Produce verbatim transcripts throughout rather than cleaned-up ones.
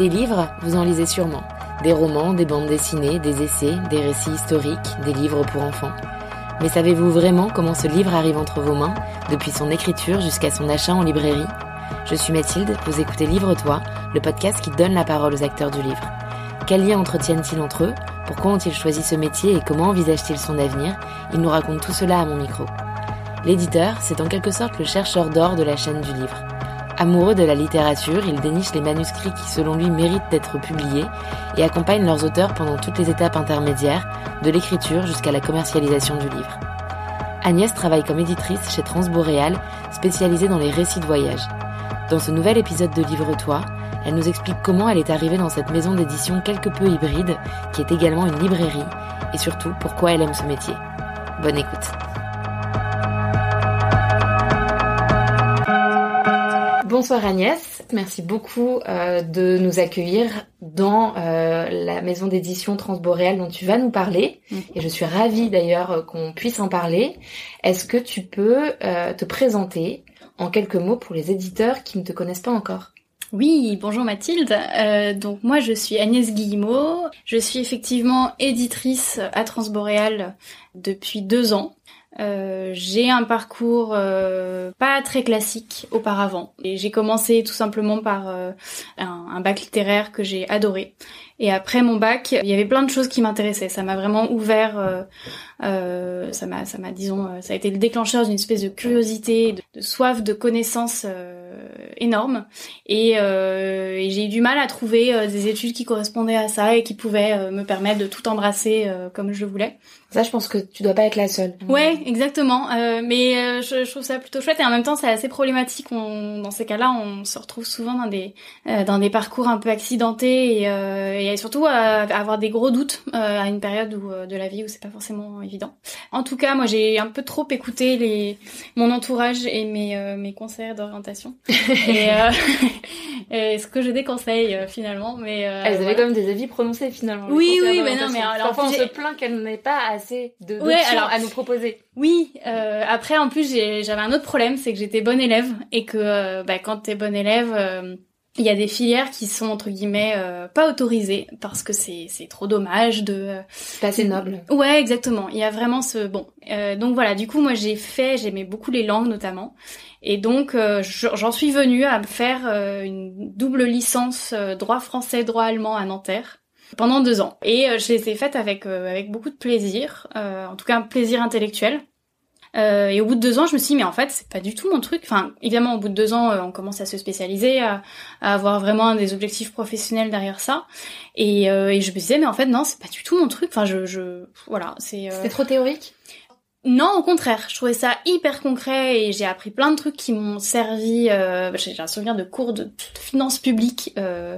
Des livres, vous en lisez sûrement. Des romans, des bandes dessinées, des essais, des récits historiques, des livres pour enfants. Mais savez-vous vraiment comment ce livre arrive entre vos mains, depuis son écriture jusqu'à son achat en librairie ? Je suis Mathilde, vous écoutez Livre-toi, le podcast qui donne la parole aux acteurs du livre. Quels liens entretiennent-ils entre eux ? Pourquoi ont-ils choisi ce métier et comment envisagent-ils son avenir ? Ils nous racontent tout cela à mon micro. L'éditeur, c'est en quelque sorte le chercheur d'or de la chaîne du livre. Amoureux de la littérature, il déniche les manuscrits qui selon lui méritent d'être publiés et accompagne leurs auteurs pendant toutes les étapes intermédiaires, de l'écriture jusqu'à la commercialisation du livre. Agnès travaille comme éditrice chez Transboréal, spécialisée dans les récits de voyage. Dans ce nouvel épisode de Livre-toi, elle nous explique comment elle est arrivée dans cette maison d'édition quelque peu hybride, qui est également une librairie, et surtout pourquoi elle aime ce métier. Bonne écoute. Bonsoir Agnès, merci beaucoup euh, de nous accueillir dans euh, la maison d'édition Transboréal dont tu vas nous parler. Mmh. Et je suis ravie d'ailleurs qu'on puisse en parler. Est-ce que tu peux euh, te présenter en quelques mots pour les éditeurs qui ne te connaissent pas encore ? Oui, bonjour Mathilde. Euh, donc moi je suis Agnès Guillemot. Je suis effectivement éditrice à Transboréal depuis deux ans. Euh, j'ai un parcours euh, pas très classique auparavant et j'ai commencé tout simplement par euh, un, un bac littéraire que j'ai adoré. Et après mon bac, il y avait plein de choses qui m'intéressaient. Ça m'a vraiment ouvert, euh, euh, ça m'a, ça m'a, disons, euh, ça a été le déclencheur d'une espèce de curiosité, de, de soif de connaissances euh, énorme. Et, euh, et j'ai eu du mal à trouver euh, des études qui correspondaient à ça et qui pouvaient euh, me permettre de tout embrasser euh, comme je voulais. Ça, je pense que tu dois pas être la seule. Ouais, exactement. Euh, mais euh, je, je trouve ça plutôt chouette et en même temps, c'est assez problématique. On, dans ces cas-là, on se retrouve souvent dans des euh, dans des parcours un peu accidentés et, euh, et surtout à, à avoir des gros doutes euh, à une période où, euh, de la vie où c'est pas forcément évident. En tout cas, moi, j'ai un peu trop écouté les mon entourage et mes euh, mes conseillers d'orientation et, euh, et ce que je déconseille euh, finalement. Mais euh, elles avaient voilà. quand même des avis prononcés finalement. Oui, oui, mais non, mais alors parfois on se plaint qu'elle n'ait pas assez de ouais, alors, à nous proposer. Oui, euh, après en plus j'ai, j'avais un autre problème, c'est que j'étais bonne élève et que euh, bah, quand t'es bonne élève, euh, il y a des filières qui sont entre guillemets euh, pas autorisées parce que c'est c'est trop dommage de. Euh, c'est pas assez noble. Ouais, exactement. Il y a vraiment ce bon. Euh, donc voilà, du coup moi j'ai fait, j'aimais beaucoup les langues notamment, et donc euh, j'en suis venue à faire euh, une double licence euh, droit français, droit allemand à Nanterre. Pendant deux ans. Et euh, je les ai faites avec euh, avec beaucoup de plaisir, euh, en tout cas un plaisir intellectuel. Euh, et au bout de deux ans, je me suis dit, mais en fait, c'est pas du tout mon truc. Enfin, évidemment, au bout de deux ans, euh, on commence à se spécialiser, à, à avoir vraiment des objectifs professionnels derrière ça. Et, euh, et je me disais, mais en fait, non, c'est pas du tout mon truc. Enfin, je... je voilà, c'est... Euh... C'était trop théorique ? Non, au contraire, je trouvais ça hyper concret et j'ai appris plein de trucs qui m'ont servi. Euh... J'ai un souvenir de cours de, de finances publiques euh...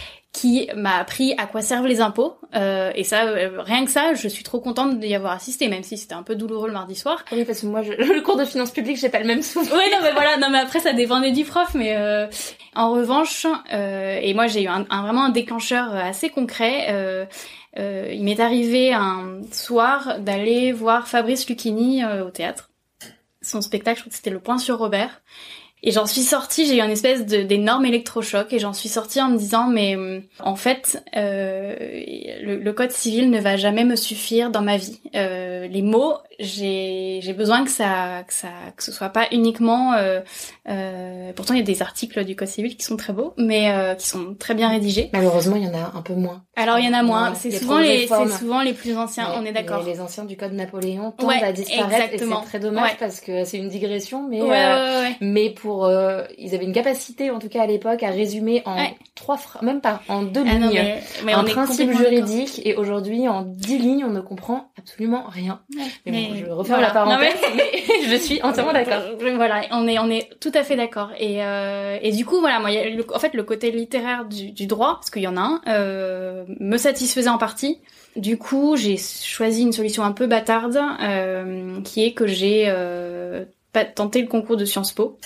qui m'a appris à quoi servent les impôts. Euh, et ça, euh, rien que ça, je suis trop contente d'y avoir assisté, même si c'était un peu douloureux le mardi soir. Oui, parce que moi, je, le cours de finances publiques, j'ai pas le même souvenir. Oui, non, mais voilà, non, mais après, ça dépendait du prof, mais euh, en revanche, euh, et moi, j'ai eu un, un vraiment un déclencheur assez concret. Euh, euh, il m'est arrivé un soir d'aller voir Fabrice Lucchini euh, au théâtre. Son spectacle, je crois que c'était Le Point sur Robert. Et j'en suis sortie, j'ai eu une espèce de, d'énorme électrochoc et j'en suis sortie en me disant mais euh, en fait euh, le, le code civil ne va jamais me suffire dans ma vie. Euh, les mots, j'ai j'ai besoin que ça que ça que ce soit pas uniquement euh, euh, pourtant il y a des articles du code civil qui sont très beaux mais euh, qui sont très bien rédigés. Malheureusement, il y en a un peu moins. Alors il y en a moins, ouais, c'est souvent les c'est souvent les plus anciens, ouais, on est d'accord. Les, les anciens du code Napoléon tendent ouais, à disparaître exactement. Et c'est très dommage ouais. parce que c'est une digression mais ouais, euh, ouais, ouais. mais pour Euh, ils avaient une capacité en tout cas à l'époque à résumer en ouais. trois phrases, même pas en deux ah lignes, non, mais, mais un principe juridique d'accord. Et aujourd'hui en dix lignes on ne comprend absolument rien. Ouais, mais, mais bon, je referme voilà. la parenthèse, non, mais... mais je suis entièrement d'accord. Voilà, on est on est tout à fait d'accord et euh, et du coup voilà moi il y a le, en fait le côté littéraire du, du droit parce qu'il y en a un euh, me satisfaisait en partie. Du coup j'ai choisi une solution un peu bâtarde euh, qui est que j'ai euh, tenté le concours de Sciences Po.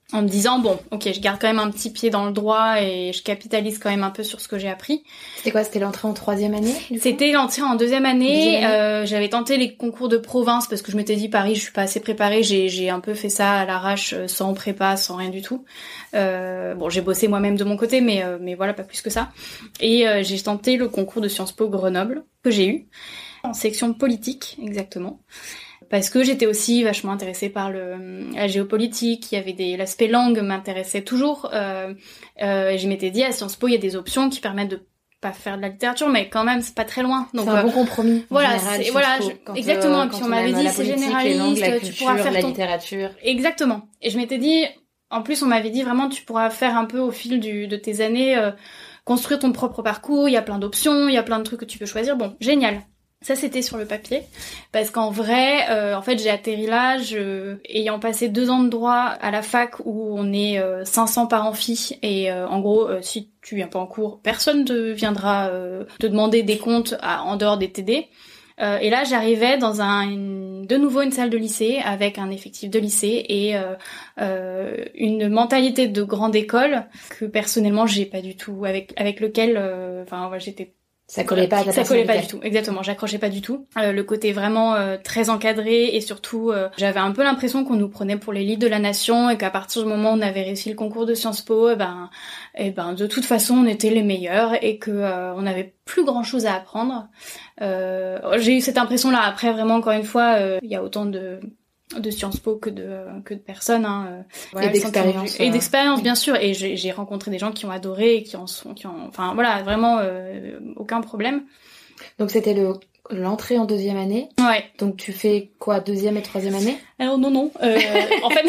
en me disant bon, ok, je garde quand même un petit pied dans le droit et je capitalise quand même un peu sur ce que j'ai appris. C'était quoi? C'était l'entrée en troisième année? C'était l'entrée en deuxième année. Deuxième année. Euh, j'avais tenté les concours de province parce que je m'étais dit Paris, je suis pas assez préparée. J'ai, j'ai un peu fait ça à l'arrache, sans prépa, sans rien du tout. Euh, bon, j'ai bossé moi-même de mon côté, mais euh, mais voilà, pas plus que ça. Et euh, j'ai tenté le concours de Sciences Po Grenoble que j'ai eu en section politique, exactement. Parce que j'étais aussi vachement intéressée par le, la géopolitique, il y avait des, l'aspect langue m'intéressait toujours. Euh, euh, et je m'étais dit, à Sciences Po, il y a des options qui permettent de pas faire de la littérature, mais quand même, c'est pas très loin. Donc, c'est un euh, bon compromis. Voilà, général, c'est, voilà, po, je, quand exactement. Euh, et puis on m'avait dit, c'est généraliste, langues, la culture, tu pourras faire la ton... littérature. Exactement. Et je m'étais dit, en plus, on m'avait dit vraiment, tu pourras faire un peu au fil du, de tes années, euh, construire ton propre parcours, il y a plein d'options, il y a plein de trucs que tu peux choisir. Bon, génial. Ça, c'était sur le papier, parce qu'en vrai, euh, en fait, j'ai atterri là, je, ayant passé deux ans de droit à la fac où on est euh, cinq cents par amphi, et euh, en gros, euh, si tu viens pas en cours, personne ne viendra euh, te demander des comptes à, en dehors des T D. Euh, et là, j'arrivais dans un, une, de nouveau une salle de lycée avec un effectif de lycée et euh, euh, une mentalité de grande école que personnellement, j'ai pas du tout, avec avec lequel, euh, enfin, ouais, j'étais Ça collait pas à ta Ça collait pas du tout, exactement. J'accrochais pas du tout. Euh, le côté vraiment euh, très encadré et surtout, euh, j'avais un peu l'impression qu'on nous prenait pour l'élite de la nation et qu'à partir du moment où on avait réussi le concours de Sciences Po, eh ben, eh ben, de toute façon, on était les meilleurs et que euh, on n'avait plus grand chose à apprendre. Euh, j'ai eu cette impression-là. Après, vraiment, encore une fois, il euh, y a autant de de Sciences Po que de que de personnes hein ouais, et d'expérience et d'expérience euh... bien sûr et j'ai, j'ai rencontré des gens qui ont adoré et qui en sont qui ont enfin voilà vraiment euh, aucun problème. Donc c'était le l'entrée en deuxième année. Ouais. Donc tu fais quoi, deuxième et troisième année? Alors non non euh, en fait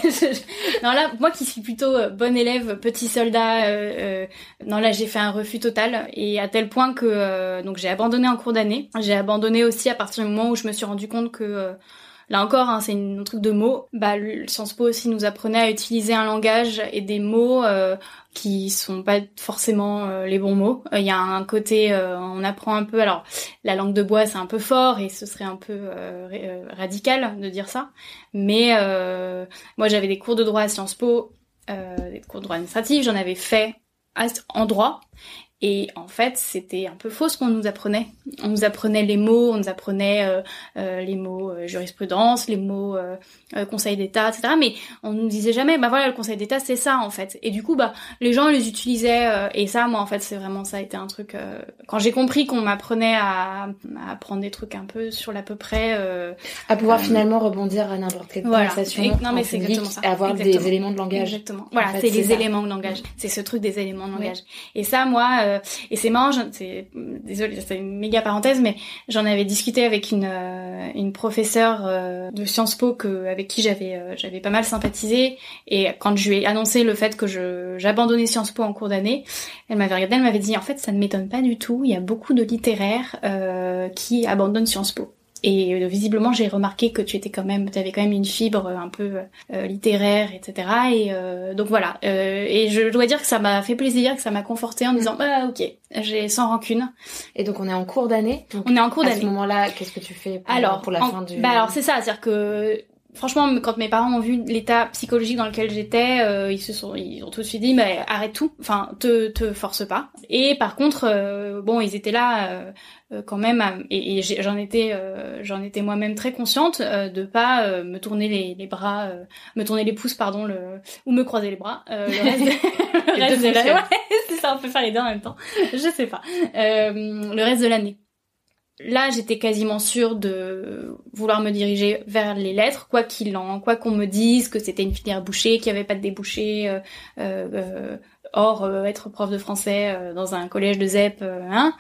je... non là moi qui suis plutôt euh, bonne élève petit soldat euh, euh, non là j'ai fait un refus total et à tel point que euh, donc j'ai abandonné en cours d'année. J'ai abandonné aussi à partir du moment où je me suis rendu compte que euh, là encore, hein, c'est une, un truc de mots. Bah, le Sciences Po aussi nous apprenait à utiliser un langage et des mots euh, qui sont pas forcément euh, les bons mots. Il euh, y a un côté, euh, on apprend un peu. Alors, la langue de bois, c'est un peu fort et ce serait un peu euh, euh, radical de dire ça. Mais euh, moi, j'avais des cours de droit à Sciences Po, euh, des cours de droit administratif. J'en avais fait en droit. Et en fait, c'était un peu faux ce qu'on nous apprenait. On nous apprenait les mots, on nous apprenait euh, euh, les mots euh, jurisprudence, les mots euh, euh, Conseil d'État, et cetera. Mais on nous disait jamais, bah voilà, le Conseil d'État, c'est ça en fait. Et du coup, bah les gens les utilisaient. Euh, et ça, moi, en fait, c'est vraiment ça a été un truc. Euh, quand j'ai compris qu'on m'apprenait à, à apprendre des trucs un peu sur l'à peu près, euh, à pouvoir euh, finalement rebondir à n'importe quelle voilà. conversation, et, non mais en c'est public, exactement ça. Et avoir exactement. des éléments de langage. Exactement. Voilà, en fait, c'est, c'est les ça. éléments de langage. C'est ce truc des éléments de langage. Oui. Et ça, moi, euh, et c'est marrant. C'est, désolée, c'est une méga parenthèse, mais j'en avais discuté avec une euh, une professeure euh, de Sciences Po que avec qui j'avais euh, j'avais pas mal sympathisé. Et quand je lui ai annoncé le fait que je j'abandonnais Sciences Po en cours d'année, elle m'avait regardé, elle m'avait dit en fait ça ne m'étonne pas du tout. Il y a beaucoup de littéraires euh, qui abandonnent Sciences Po. Et euh, visiblement, j'ai remarqué que tu étais quand même, tu avais quand même une fibre un peu euh, littéraire, et cetera. Et euh, donc voilà. Euh, et je dois dire que ça m'a fait plaisir, que ça m'a conforté en disant, ah ok, j'ai sans rancune. Et donc on est en cours d'année. Donc, on est en cours d'année. À ce moment-là, qu'est-ce que tu fais pour, alors, pour la en, fin du... Bah alors c'est ça, c'est-à-dire que franchement, quand mes parents ont vu l'état psychologique dans lequel j'étais, euh, ils se sont, ils ont tout de suite dit, mais arrête tout, enfin, te, te force pas. Et par contre, euh, bon, ils étaient là euh, euh, quand même, à, et, et j'en étais, euh, j'en étais moi-même très consciente euh, de pas euh, me tourner les, les bras, euh, me tourner les pouces, pardon, le, ou me croiser les bras. Euh, le reste, de, le reste de l'année, ouais, c'est ça, on peut faire les deux en même temps. Je sais pas. Euh, le reste de l'année. Là, j'étais quasiment sûre de vouloir me diriger vers les lettres, quoi qu'il en, quoi qu'on me dise que c'était une filière bouchée, qu'il n'y avait pas de débouché, euh, euh, or euh, être prof de français euh, dans un collège de Z E P, euh, hein,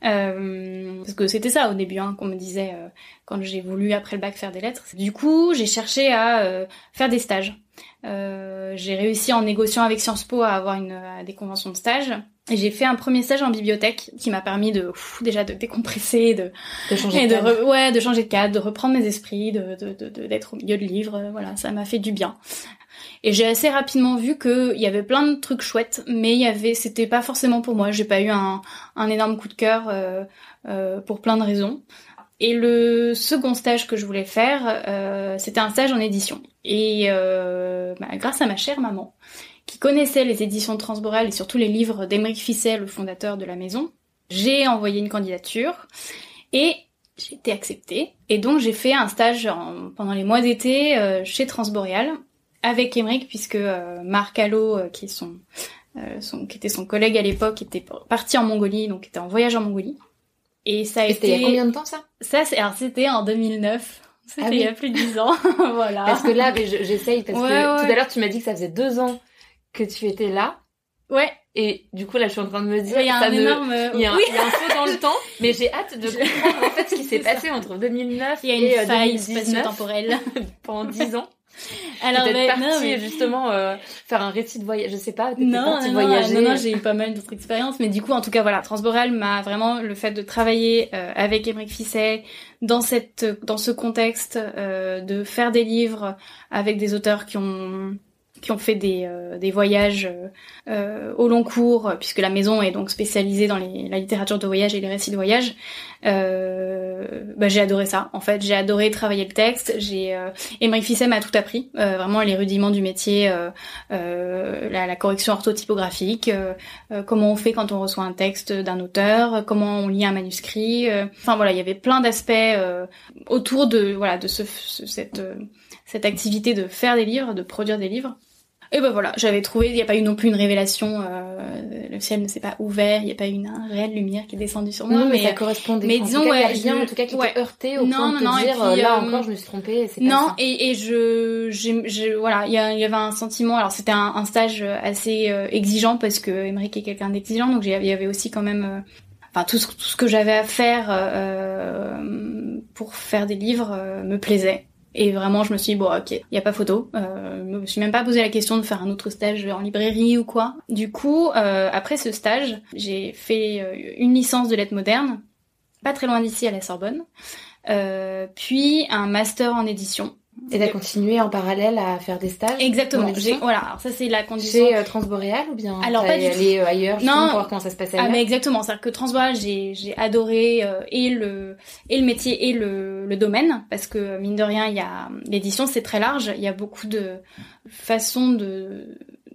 euh, parce que c'était ça au début, hein, qu'on me disait euh, quand j'ai voulu après le bac faire des lettres. Du coup, j'ai cherché à euh, faire des stages. Euh, j'ai réussi en négociant avec Sciences Po à avoir une, à des conventions de stage. Et j'ai fait un premier stage en bibliothèque qui m'a permis de ouf, déjà de décompresser, de, de changer et de de cadre. Re, ouais, de changer de cadre, de reprendre mes esprits, de, de, de, de d'être au milieu de livres. Voilà, ça m'a fait du bien. Et j'ai assez rapidement vu que il y avait plein de trucs chouettes, mais il y avait, c'était pas forcément pour moi. J'ai pas eu un, un énorme coup de cœur euh, euh, pour plein de raisons. Et le second stage que je voulais faire, euh, c'était un stage en édition. Et euh, bah, grâce à ma chère maman, qui connaissait les éditions de Transboréal et surtout les livres d'Aymeric Ficet, le fondateur de la maison, j'ai envoyé une candidature et j'ai été acceptée. Et donc j'ai fait un stage en, pendant les mois d'été euh, chez Transboréal avec Aymeric, puisque euh, Marc Allot, euh, qui est son, euh, son, qui était son collègue à l'époque, était parti en Mongolie, donc était en voyage en Mongolie. Et ça a et été... C'était il y a combien de temps, ça? Ça, c'est, alors c'était en deux mille neuf. C'était ah oui. il y a plus de dix ans. Voilà. Parce que là, mais je, j'essaye, parce ouais, que ouais. tout à l'heure, tu m'as dit que ça faisait deux ans que tu étais là. Ouais. Et du coup, là, je suis en train de me dire... Il y a ça un me... énorme... Il y a un, oui. il y a un saut dans le temps, mais j'ai hâte de comprendre, en fait, ce qui s'est passé entre deux mille neuf il y a une et euh, faille deux mille dix-neuf. spatio-temporelle. Pendant dix ans. Alors, peut-être mais, partie, non, mais... justement, euh, faire un récit de voyage, je sais pas, t'étais non, partie non, voyager. Non, non, j'ai eu pas mal d'autres expériences, mais du coup, en tout cas, voilà, Transboréal m'a vraiment, le fait de travailler euh, avec Aymeric Ficet, dans cette, dans ce contexte, euh, de faire des livres avec des auteurs qui ont... qui ont fait des, euh, des voyages euh, au long cours, puisque la maison est donc spécialisée dans les, la littérature de voyage et les récits de voyage. Euh, bah, j'ai adoré ça. En fait, j'ai adoré travailler le texte. J'ai euh, Aymeric Ficet m'a tout appris, euh, vraiment les rudiments du métier, euh, euh, la, la correction orthotypographique, euh, euh, comment on fait quand on reçoit un texte d'un auteur, comment on lit un manuscrit. Euh, enfin voilà, il y avait plein d'aspects euh, autour de voilà de ce, ce cette euh, cette activité de faire des livres, de produire des livres. Et ben voilà, j'avais trouvé, il n'y a pas eu non plus une révélation, euh, le ciel ne s'est pas ouvert, il n'y a pas eu une, une réelle lumière qui est descendue sur moi. Non, mais, mais ça correspondait. Mais en disons, tout cas, ouais, il y a rien, je, en tout cas, qui ouais. t'a heurté au non, point non, de non, te dire, puis, là euh, encore, je me suis trompée, c'est non, pas ça. et, et je, j'ai, j'ai, voilà, il y, a, il y avait un sentiment, alors c'était un, un stage assez euh, exigeant, parce que Aymeric est quelqu'un d'exigeant, donc il y avait aussi quand même... Euh, Enfin, tout ce, tout ce que j'avais à faire euh, pour faire des livres euh, me plaisait. Et vraiment, je me suis dit, bon, ok, il y a pas photo. Euh, je me suis même pas posé la question de faire un autre stage en librairie ou quoi. Du coup, euh, après ce stage, j'ai fait euh, une licence de lettres modernes, pas très loin d'ici à la Sorbonne, euh, puis un master en édition. Et t'as continué en parallèle à faire des stages? Exactement. J'ai, voilà. Alors ça, c'est la condition. Chez euh, Transboréal ou bien alors pas du tout. Aller euh, ailleurs justement non. pour voir comment ça se passait ailleurs? Ah mais exactement. C'est-à-dire que Transboréal, j'ai j'ai adoré euh, et le et le métier et le le domaine, parce que mine de rien, il y a l'édition, c'est très large. Il y a beaucoup de façons de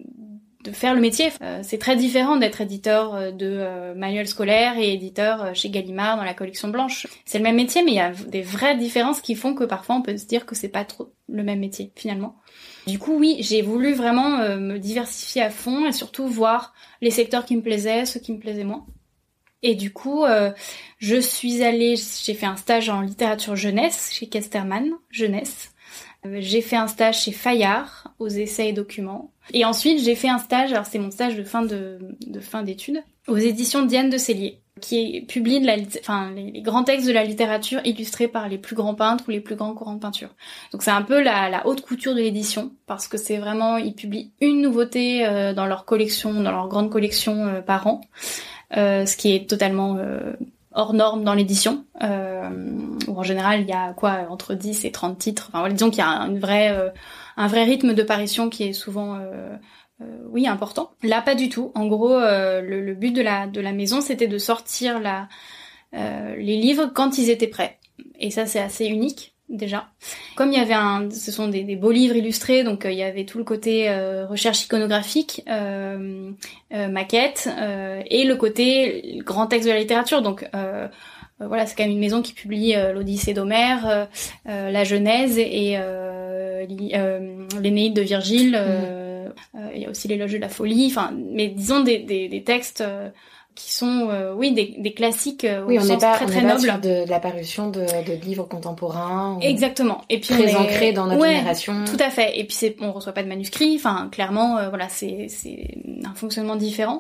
de faire le métier. Euh, c'est très différent d'être éditeur de euh, manuels scolaires et éditeur chez Gallimard dans la collection blanche. C'est le même métier, mais il y a des vraies différences qui font que parfois on peut se dire que c'est pas trop le même métier finalement. Du coup, oui, j'ai voulu vraiment euh, me diversifier à fond et surtout voir les secteurs qui me plaisaient, ceux qui me plaisaient moins. Et du coup, euh, je suis allée, j'ai fait un stage en littérature jeunesse chez Casterman, jeunesse. J'ai fait un stage chez Fayard, aux essais et documents. Et ensuite, j'ai fait un stage, alors c'est mon stage de fin de, de fin d'études, aux éditions Diane de Cellier, qui publie de la, enfin, les, les grands textes de la littérature illustrés par les plus grands peintres ou les plus grands courants de peinture. Donc c'est un peu la, la haute couture de l'édition, parce que c'est vraiment, ils publient une nouveauté euh, dans leur collection, dans leur grande collection euh, par an, euh, ce qui est totalement... Euh, hors norme dans l'édition, euh, où en général il y a quoi entre dix et trente titres. Enfin voilà, disons qu'il y a une vraie, euh, un vrai rythme de parution qui est souvent, euh, euh, oui, important. Là, pas du tout. En gros, euh, le, le but de la de la maison, c'était de sortir la, euh, les livres quand ils étaient prêts. Et ça, c'est assez unique. Déjà, comme il y avait un, ce sont des, des beaux livres illustrés, donc euh, il y avait tout le côté euh, recherche iconographique, euh, euh, maquette, euh, et le côté grand texte de la littérature. Donc euh, euh, voilà, c'est quand même une maison qui publie euh, l'Odyssée d'Homère, euh, euh, la Genèse et euh, euh, l'Énéide de Virgile. Euh, mmh. euh, il y a aussi l'Éloge de la folie. Enfin, mais disons des, des, des textes. Euh, qui sont, euh, oui, des, des classiques euh, oui, au on sens pas, très on très est noble. Pas sur de, de l'apparition de, de livres contemporains. Exactement. Et puis très on est... ancrés dans notre ouais, génération. Tout à fait. Et puis c'est, on reçoit pas de manuscrits. Enfin, clairement, euh, voilà, c'est c'est un fonctionnement différent.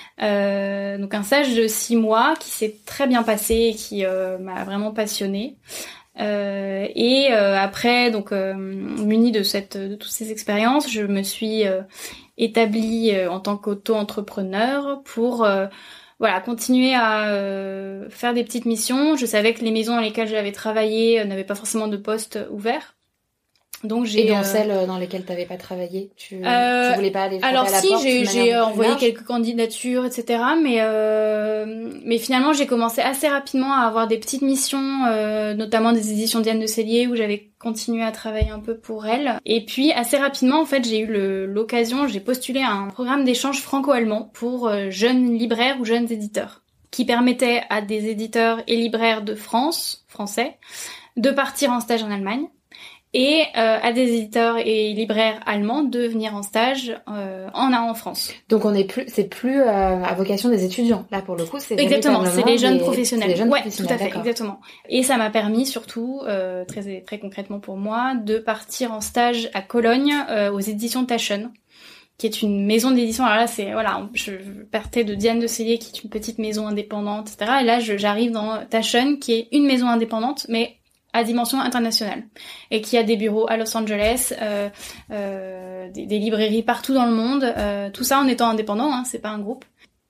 Euh, donc un stage de six mois qui s'est très bien passé et qui euh, m'a vraiment passionnée. Euh, et euh, après, donc euh, munie de cette, de toutes ces expériences, je me suis euh, établie euh, en tant qu'auto-entrepreneur pour euh, voilà, continuer à euh, faire des petites missions. Je savais que les maisons dans lesquelles j'avais travaillé euh, n'avaient pas forcément de poste ouvert. Donc j'ai et dans euh... celles dans lesquelles t'avais pas travaillé, tu, euh... tu voulais pas aller alors à la si porte, j'ai j'ai envoyé large. quelques candidatures, et cetera. Mais euh... mais finalement j'ai commencé assez rapidement à avoir des petites missions, euh, notamment des éditions Diane de Sellier où j'avais continué à travailler un peu pour elle. Et puis assez rapidement en fait j'ai eu le, l'occasion, j'ai postulé à un programme d'échange franco-allemand pour euh, jeunes libraires ou jeunes éditeurs, qui permettait à des éditeurs et libraires de France, français, de partir en stage en Allemagne. Et euh, à des éditeurs et libraires allemands de venir en stage euh, en en France. Donc on est plus, c'est plus euh, à vocation des étudiants. Là pour le coup, c'est exactement, c'est les jeunes des, professionnels. Les jeunes ouais, professionnels, tout à fait, d'accord. exactement. Et ça m'a permis surtout, euh, très très concrètement pour moi, de partir en stage à Cologne euh, aux éditions Taschen, qui est une maison d'édition. Alors là, c'est voilà, je partais de Diane de Sellier, qui est une petite maison indépendante, et cetera. Et là, je, j'arrive dans Taschen, qui est une maison indépendante, mais à dimension internationale, et qui a des bureaux à Los Angeles, euh, euh, des, des librairies partout dans le monde, euh, tout ça en étant indépendant, hein, c'est pas un groupe.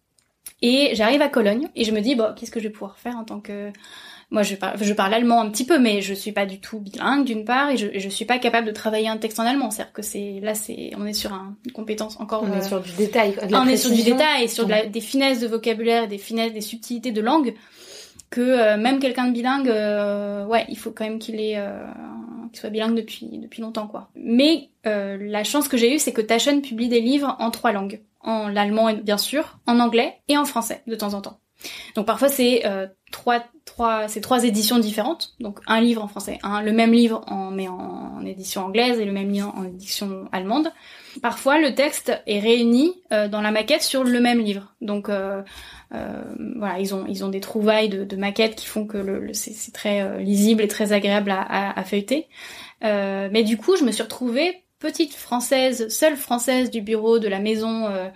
Et j'arrive à Cologne, et je me dis, bon, qu'est-ce que je vais pouvoir faire en tant que... Moi, je parle, je parle allemand un petit peu, mais je suis pas du tout bilingue, d'une part, et je, je suis pas capable de travailler un texte en allemand. C'est-à-dire que c'est, là, c'est, on est sur un, une compétence encore... On euh, est sur du détail, de la on est sur du précision. détail, sur de la, des finesses de vocabulaire, des finesses, des subtilités de langue, que euh, même quelqu'un de bilingue, euh, ouais, il faut quand même qu'il ait, euh, qu'il soit bilingue depuis depuis longtemps, quoi. Mais euh, la chance que j'ai eue, c'est que Taschen publie des livres en trois langues, en l'allemand bien sûr, en anglais et en français de temps en temps. Donc parfois c'est euh, trois trois c'est trois éditions différentes, donc un livre en français, un le même livre en mais en, en édition anglaise et le même livre en édition allemande. Parfois le texte est réuni euh, dans la maquette sur le même livre. Donc euh, euh, voilà, ils ont ils ont des trouvailles de, de maquettes qui font que le, le c'est, c'est très euh, lisible et très agréable à, à, à feuilleter. Euh, mais du coup, je me suis retrouvée petite française, seule française du bureau de la maison euh,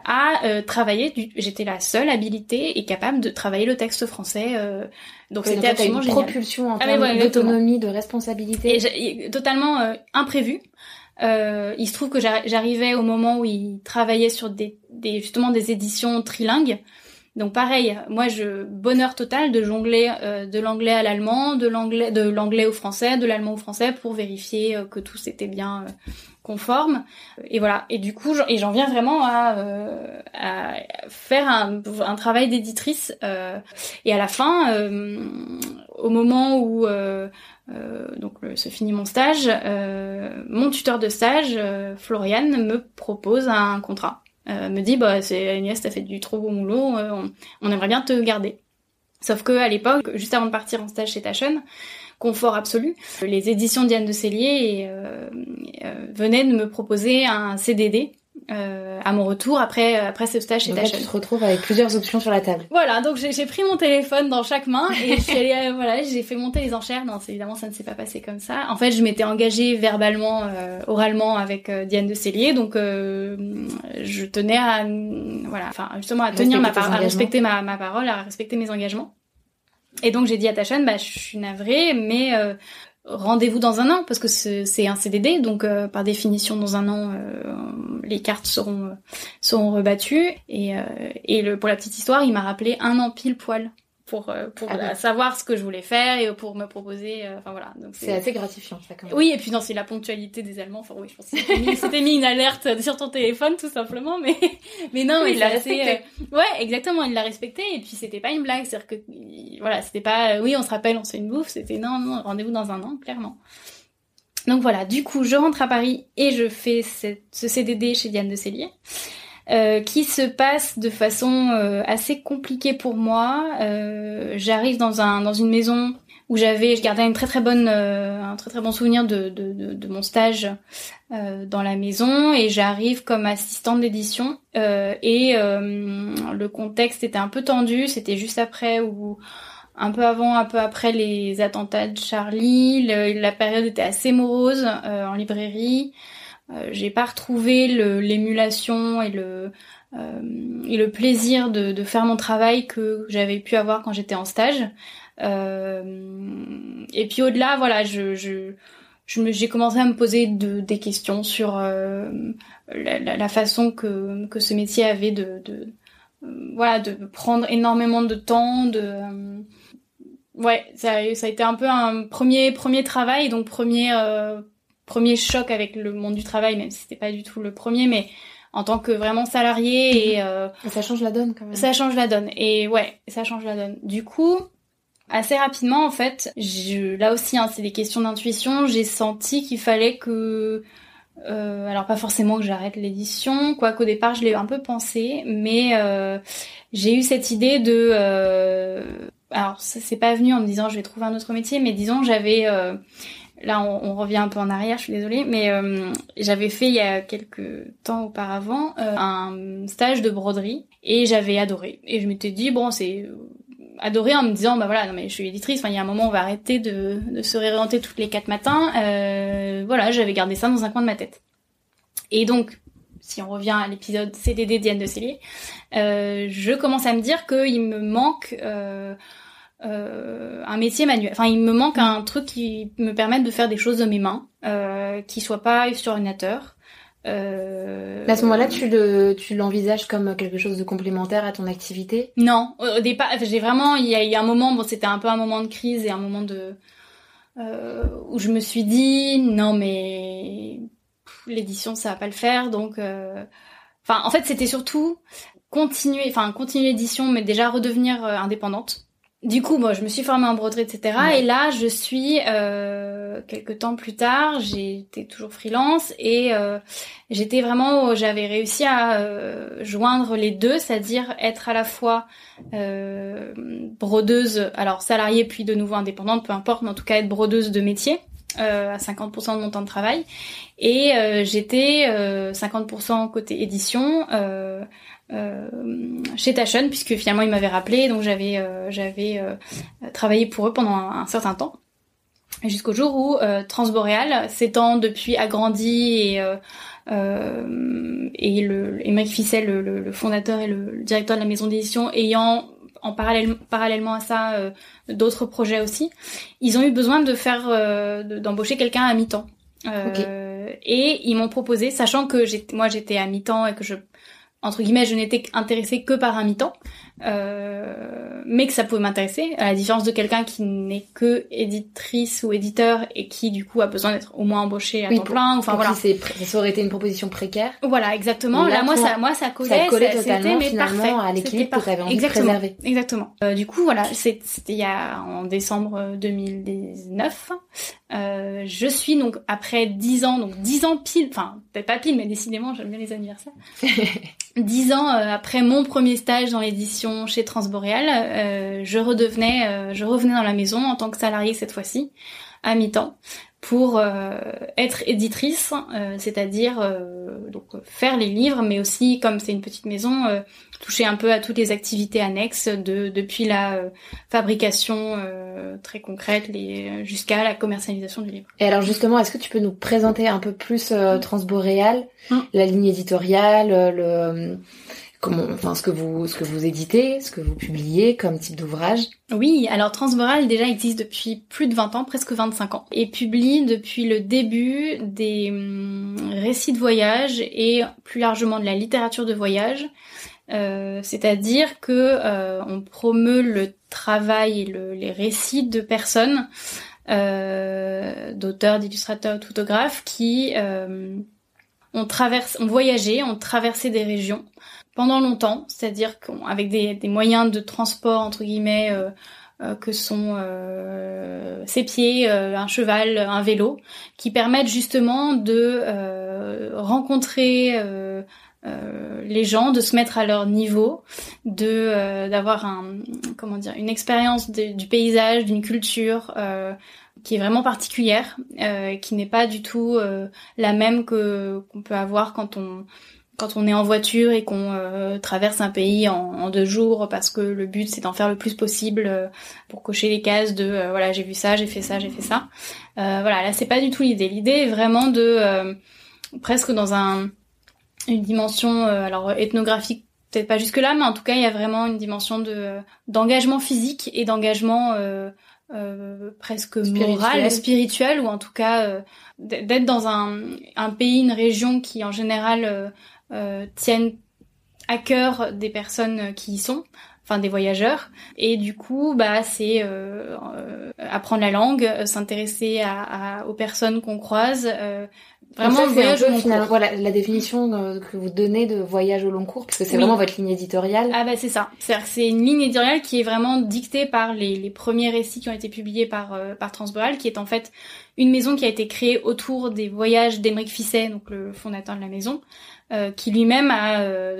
à euh, travailler. Du... J'étais la seule habilitée et capable de travailler le texte français. Euh... Donc oui, c'était donc absolument une génial. Propulsion en ah, termes ouais, d'autonomie, de responsabilité. Et, j'ai... et totalement euh, imprévu. Euh, il se trouve que j'arrivais au moment où ils travaillaient sur des, des justement des éditions trilingues. Donc pareil, moi je bonheur total de jongler euh, de l'anglais à l'allemand, de l'anglais de l'anglais au français, de l'allemand au français pour vérifier euh, que tout était bien euh, conforme. Et voilà. Et du coup, j'en, et j'en viens vraiment à, euh, à faire un, un travail d'éditrice. Euh, et à la fin, euh, au moment où euh, euh, donc le, se finit mon stage, euh, mon tuteur de stage, euh, Florian, me propose un contrat. Euh, me dit bah c'est Agnès, t'as fait du trop beau boulot, euh, on, on aimerait bien te garder. Sauf que à l'époque, juste avant de partir en stage chez Taschen, confort absolu, les éditions Diane de Sellier euh, euh, venaient de me proposer un C D D euh, à mon retour après après ce stage chez donc Taschen. Là, tu te retrouves avec plusieurs options sur la table. Voilà, donc j'ai, j'ai pris mon téléphone dans chaque main et je suis allée, euh, voilà, j'ai fait monter les enchères. Non, c'est, évidemment, ça ne s'est pas passé comme ça. En fait, je m'étais engagée verbalement, euh, oralement avec euh, Diane de Sellier, donc euh, je tenais à, voilà, enfin justement à tenir ma parole, à respecter ma, ma parole, à respecter mes engagements. Et donc j'ai dit à Taschen, bah je suis navrée, mais euh, rendez-vous dans un an parce que c'est, c'est un C D D, donc euh, par définition dans un an euh, les cartes seront euh, seront rebattues et euh, et le, pour la petite histoire, il m'a rappelé un an pile poil pour euh, pour ah euh, ouais. savoir ce que je voulais faire et pour me proposer, enfin euh, voilà. Donc c'est... c'est assez gratifiant ça quand même. Oui, et puis non, c'est la ponctualité des Allemands. Enfin oui, je pense que c'était mis, c'était mis une alerte sur ton téléphone tout simplement, mais mais non, oui, mais il l'a assez, respecté. Euh... Ouais, exactement, il l'a respecté et puis c'était pas une blague, c'est-à-dire que voilà, c'était pas oui, on se rappelle, on se fait une bouffe, c'était non non, rendez-vous dans un an, clairement. Donc voilà, du coup, je rentre à Paris et je fais cette, ce C D D chez Diane de Sellier. Euh, qui se passe de façon euh, assez compliquée pour moi. Euh, j'arrive dans un dans une maison où j'avais, je gardais une très très bonne euh, un très très bon souvenir de de de, de mon stage euh, dans la maison et j'arrive comme assistante d'édition euh, et euh, le contexte était un peu tendu. C'était juste après ou un peu avant, un peu après les attentats de Charlie. Le, la période était assez morose euh, en librairie. Euh, j'ai pas retrouvé le, l'émulation et le euh, et le plaisir de, de faire mon travail que j'avais pu avoir quand j'étais en stage. Euh, et puis au-delà, voilà, je, je, je me, j'ai commencé à me poser de, des questions sur euh, la, la, la façon que que ce métier avait de, de euh, voilà, de prendre énormément de temps, de euh, ouais, ça, ça a été un peu un premier premier travail, donc premier euh, premier choc avec le monde du travail, même si c'était pas du tout le premier, mais en tant que vraiment salarié et euh, ça change la donne quand même. Ça change la donne et ouais, ça change la donne. Du coup, assez rapidement en fait, je, là aussi hein, c'est des questions d'intuition, j'ai senti qu'il fallait que euh, alors pas forcément que j'arrête l'édition, quoi qu'au départ je l'ai un peu pensé, mais euh, j'ai eu cette idée de euh, alors ça c'est pas venu en me disant je vais trouver un autre métier, mais disons j'avais euh, là, on, on revient un peu en arrière, je suis désolée, mais euh, j'avais fait il y a quelques temps auparavant euh, un stage de broderie et j'avais adoré. Et je m'étais dit, bon, c'est adoré en me disant, bah voilà, non mais je suis éditrice, enfin il y a un moment on va arrêter de, de se réorienter toutes les quatre matins. Euh, voilà, j'avais gardé ça dans un coin de ma tête. Et donc, si on revient à l'épisode C D D Diane de Cellier, euh, je commence à me dire qu'il me manque... Euh, Euh, un métier manuel. Enfin, il me manque un truc qui me permette de faire des choses de mes mains, euh, qui soit pas sur ordinateur. Euh... À ce moment-là, tu le, tu l'envisages comme quelque chose de complémentaire à ton activité ? Non, au départ, j'ai vraiment, il y a, il y a un moment, bon, c'était un peu un moment de crise et un moment de euh, où je me suis dit non mais pff, l'édition ça va pas le faire, donc, euh... enfin, en fait, c'était surtout continuer, enfin continuer l'édition, mais déjà redevenir euh, indépendante. Du coup, moi, je me suis formée en broderie, et cetera. Ouais. Et là, je suis, euh, quelques temps plus tard, j'étais toujours freelance et euh, j'étais vraiment, j'avais réussi à euh, joindre les deux, c'est-à-dire être à la fois euh, brodeuse, alors salariée puis de nouveau indépendante, peu importe, mais en tout cas être brodeuse de métier. Euh, à cinquante pour cent de mon temps de travail et euh, j'étais euh, cinquante pour cent côté édition euh, euh, chez Taschen puisque finalement ils m'avaient rappelé donc j'avais euh, j'avais euh, travaillé pour eux pendant un, un certain temps jusqu'au jour où euh, Transboréal s'étant depuis agrandi et euh, euh, et le et Mike Ficel le, le, le fondateur et le, le directeur de la maison d'édition ayant en parallèle, parallèlement à ça, euh, d'autres projets aussi. Ils ont eu besoin de faire, euh, de, d'embaucher quelqu'un à mi-temps. Euh, okay. Et ils m'ont proposé, sachant que j'étais, moi j'étais à mi-temps et que je, entre guillemets, je n'étais intéressée que par un mi-temps, euh, mais que ça pouvait m'intéresser, à la différence de quelqu'un qui n'est que éditrice ou éditeur et qui du coup a besoin d'être au moins embauché à oui, temps pour, plein. Enfin pour voilà. C'est, ça aurait été une proposition précaire. Voilà, exactement. Là, là moi, ça, moi, ça collait. Ça collait ça, totalement c'était, finalement parfait. à l'équilibre que tu avais envie exactement, de préserver. Exactement. Euh, du coup, voilà, c'est, c'était il y a en décembre deux mille dix-neuf. Euh, je suis donc après dix ans, donc dix ans pile, enfin peut-être pas pile, mais décidément, j'aime bien les anniversaires. Dix ans euh, après mon premier stage dans l'édition chez Transboréal, euh, je redevenais, euh, je revenais dans la maison en tant que salariée cette fois-ci, à mi-temps, pour euh, être éditrice, euh, c'est-à-dire euh, donc faire les livres, mais aussi comme c'est une petite maison, euh, toucher un peu à toutes les activités annexes, de depuis la euh, fabrication euh, très concrète les, jusqu'à la commercialisation du livre. Et alors justement, est-ce que tu peux nous présenter un peu plus euh, Transboréal, mmh. la ligne éditoriale, le comment, enfin ce que vous ce que vous éditez, ce que vous publiez comme type d'ouvrage? Oui, alors Transboréal déjà existe depuis plus de vingt ans, presque vingt-cinq ans, et publie depuis le début des hum, récits de voyage et plus largement de la littérature de voyage. Euh, c'est-à-dire que euh, on promeut le travail et le, les récits de personnes, euh, d'auteurs, d'illustrateurs, de photographes qui euh, ont traversé, ont voyagé, ont traversé des régions pendant longtemps, c'est-à-dire qu'avec des, des moyens de transport entre guillemets euh, euh, que sont euh, ses pieds, euh, un cheval, un vélo, qui permettent justement de euh, rencontrer euh, Euh, les gens, de se mettre à leur niveau, de euh, d'avoir un comment dire une expérience de, du paysage, d'une culture euh, qui est vraiment particulière, euh, qui n'est pas du tout euh, la même que qu'on peut avoir quand on quand on est en voiture et qu'on euh, traverse un pays en, en deux jours parce que le but c'est d'en faire le plus possible euh, pour cocher les cases de euh, voilà j'ai vu ça, j'ai fait ça, j'ai fait ça. Euh, voilà là c'est pas du tout l'idée. L'idée est vraiment de euh, presque dans un une dimension euh, alors ethnographique peut-être pas jusque là mais en tout cas il y a vraiment une dimension de euh, d'engagement physique et d'engagement euh, euh, presque spirituel. moral, spirituel ou en tout cas euh, d'être dans un un pays, une région qui en général euh, euh, tiennent à cœur des personnes qui y sont. enfin des voyageurs. Et du coup, bah c'est euh, euh, apprendre la langue, euh, s'intéresser à, à aux personnes qu'on croise. Euh, Vraiment, ça, voyage au long cours. Voilà, la définition euh, que vous donnez de voyage au long cours, parce que c'est oui. vraiment votre ligne éditoriale. Ah bah c'est ça. C'est-à-dire que c'est une ligne éditoriale qui est vraiment dictée par les, les premiers récits qui ont été publiés par euh, par Transboréal, qui est en fait une maison qui a été créée autour des voyages d'Aymeric Ficet, donc le fondateur de la maison, euh, qui lui-même a